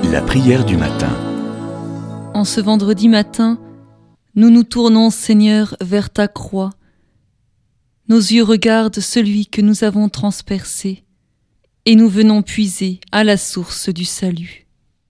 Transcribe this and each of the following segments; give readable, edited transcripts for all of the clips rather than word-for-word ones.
La prière du matin. En ce vendredi matin, nous nous tournons, Seigneur, vers ta croix. Nos yeux regardent celui que nous avons transpercé, et nous venons puiser à la source du salut.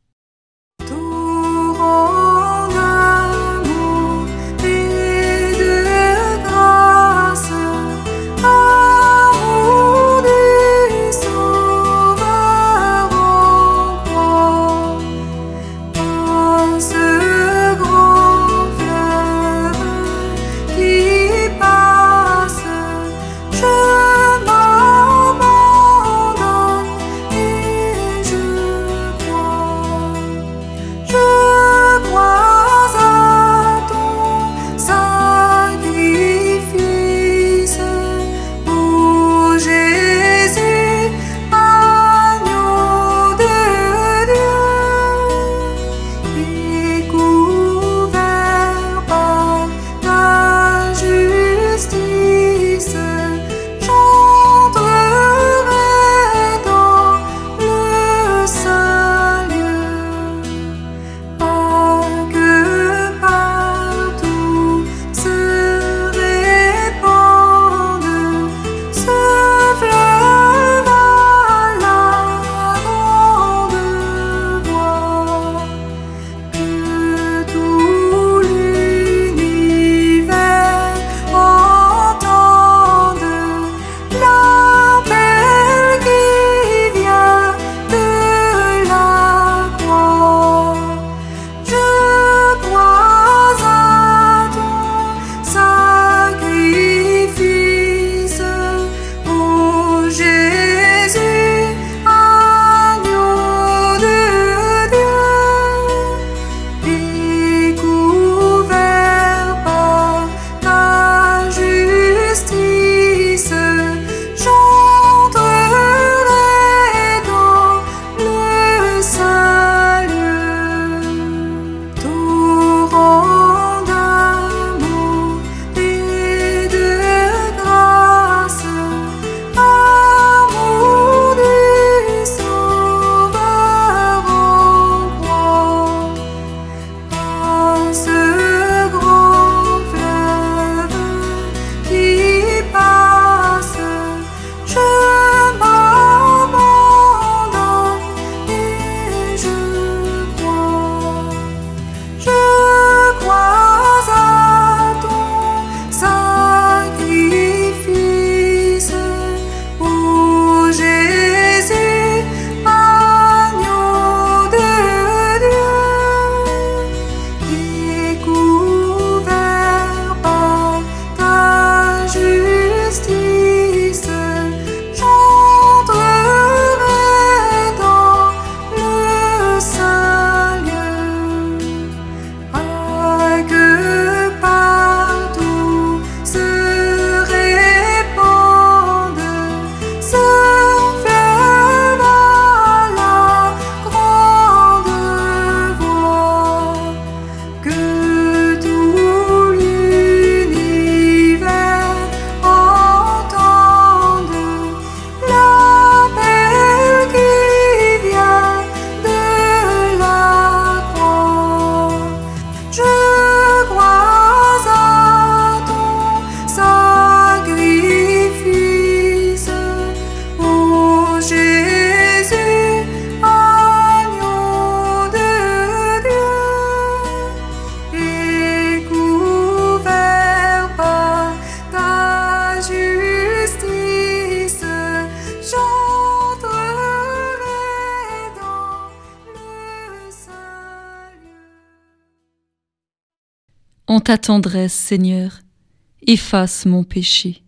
En ta tendresse, Seigneur, efface mon péché.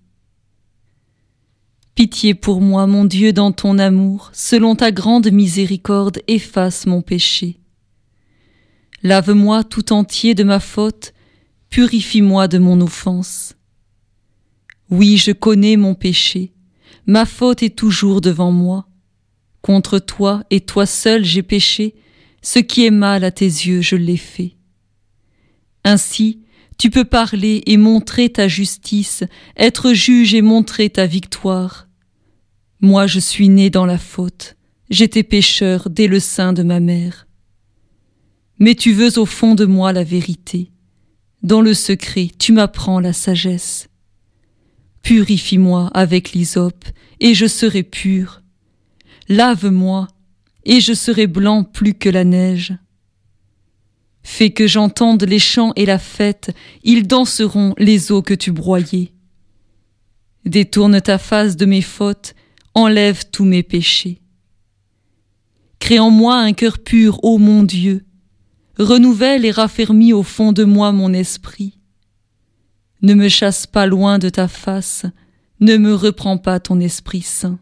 Pitié pour moi, mon Dieu, dans ton amour, selon ta grande miséricorde, efface mon péché. Lave-moi tout entier de ma faute, purifie-moi de mon offense. Oui, je connais mon péché, ma faute est toujours devant moi. Contre toi et toi seul j'ai péché, ce qui est mal à tes yeux je l'ai fait. Ainsi, tu peux parler et montrer ta justice, être juge et montrer ta victoire. Moi je suis né dans la faute, j'étais pécheur dès le sein de ma mère. Mais tu veux au fond de moi la vérité. Dans le secret, tu m'apprends la sagesse. Purifie-moi avec l'hysope, et je serai pur. Lave-moi, et je serai blanc plus que la neige. Fais que j'entende les chants et la fête, ils danseront les eaux que tu broyais. Détourne ta face de mes fautes, enlève tous mes péchés. Crée en moi un cœur pur, ô mon Dieu. Renouvelle et raffermis au fond de moi mon esprit. Ne me chasse pas loin de ta face, ne me reprends pas ton Esprit Saint.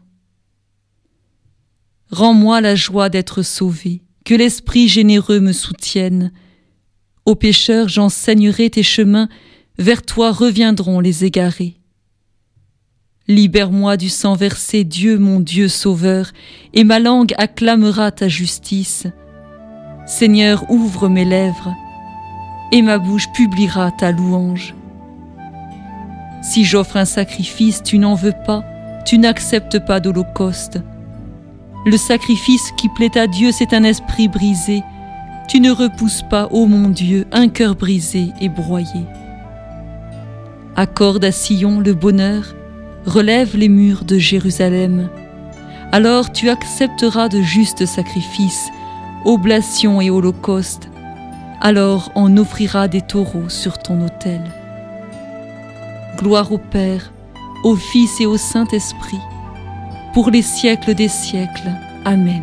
Rends-moi la joie d'être sauvé, que l'Esprit généreux me soutienne. Aux pécheurs j'enseignerai tes chemins, vers toi reviendront les égarés. Libère-moi du sang versé, Dieu mon Dieu sauveur, et ma langue acclamera ta justice. Seigneur, ouvre mes lèvres, et ma bouche publiera ta louange. Si j'offre un sacrifice, tu n'en veux pas, tu n'acceptes pas d'holocauste. Le sacrifice qui plaît à Dieu, c'est un esprit brisé. Tu ne repousses pas, ô mon Dieu, un cœur brisé et broyé. Accorde à Sion le bonheur, relève les murs de Jérusalem. Alors tu accepteras de justes sacrifices, oblations et holocaustes. Alors on offrira des taureaux sur ton autel. Gloire au Père, au Fils et au Saint-Esprit, pour les siècles des siècles. Amen.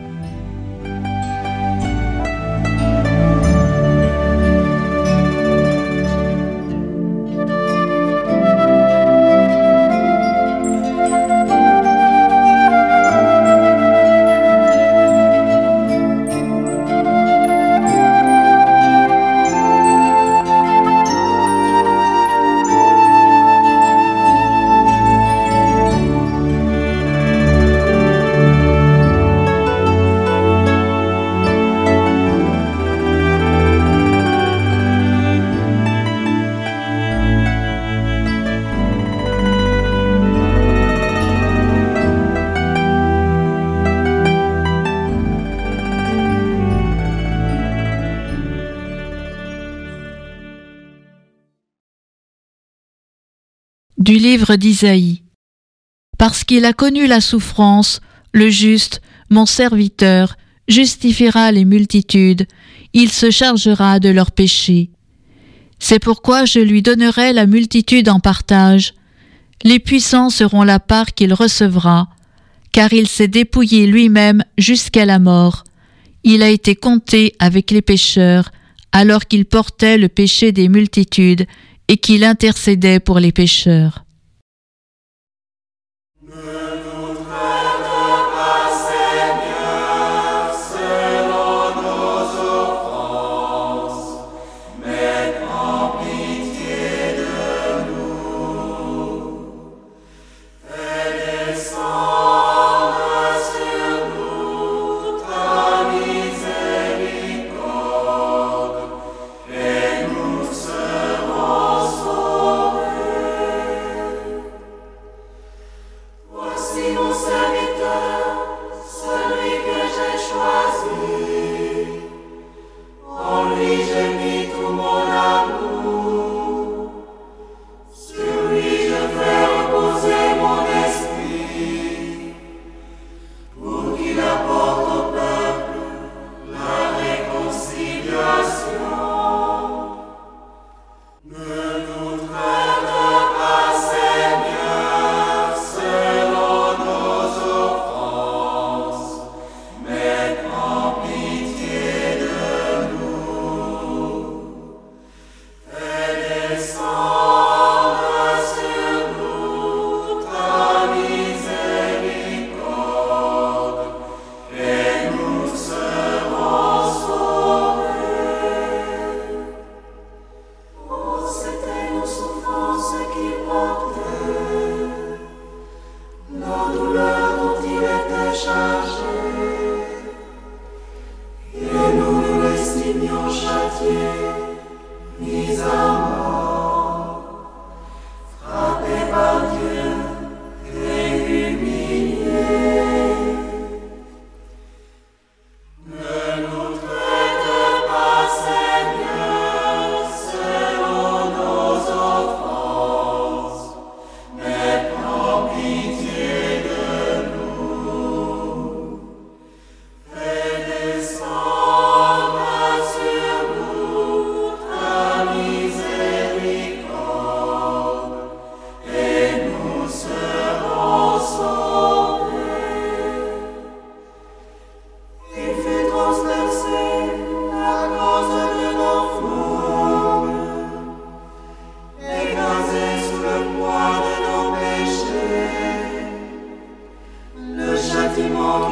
Du livre d'Isaïe. Parce qu'il a connu la souffrance, le juste, mon serviteur, justifiera les multitudes, il se chargera de leurs péchés. C'est pourquoi je lui donnerai la multitude en partage. Les puissants seront la part qu'il recevra, car il s'est dépouillé lui-même jusqu'à la mort. Il a été compté avec les pécheurs, alors qu'il portait le péché des multitudes, et qu'il intercédait pour les pécheurs.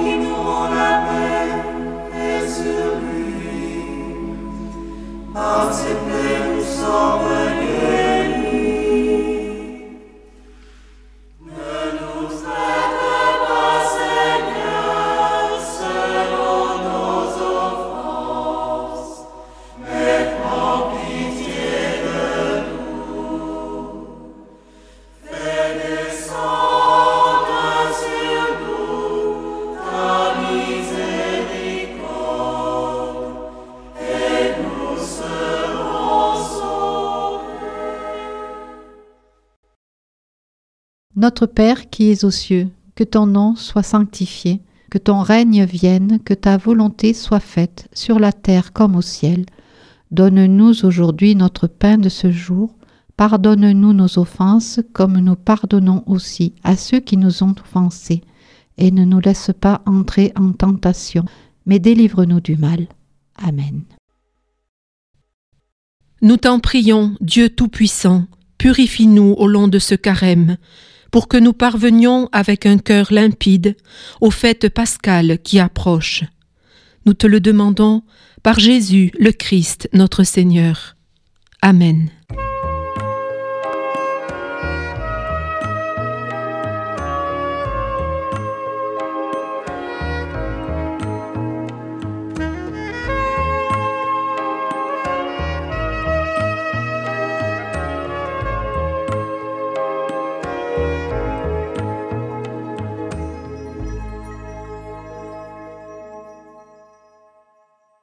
Notre Père qui es aux cieux, que ton nom soit sanctifié, que ton règne vienne, que ta volonté soit faite, sur la terre comme au ciel. Donne-nous aujourd'hui notre pain de ce jour. Pardonne-nous nos offenses, comme nous pardonnons aussi à ceux qui nous ont offensés. Et ne nous laisse pas entrer en tentation, mais délivre-nous du mal. Amen. Nous t'en prions, Dieu Tout-Puissant, purifie-nous au long de ce carême, pour que nous parvenions avec un cœur limpide aux fêtes pascales qui approchent. Nous te le demandons par Jésus le Christ, notre Seigneur. Amen.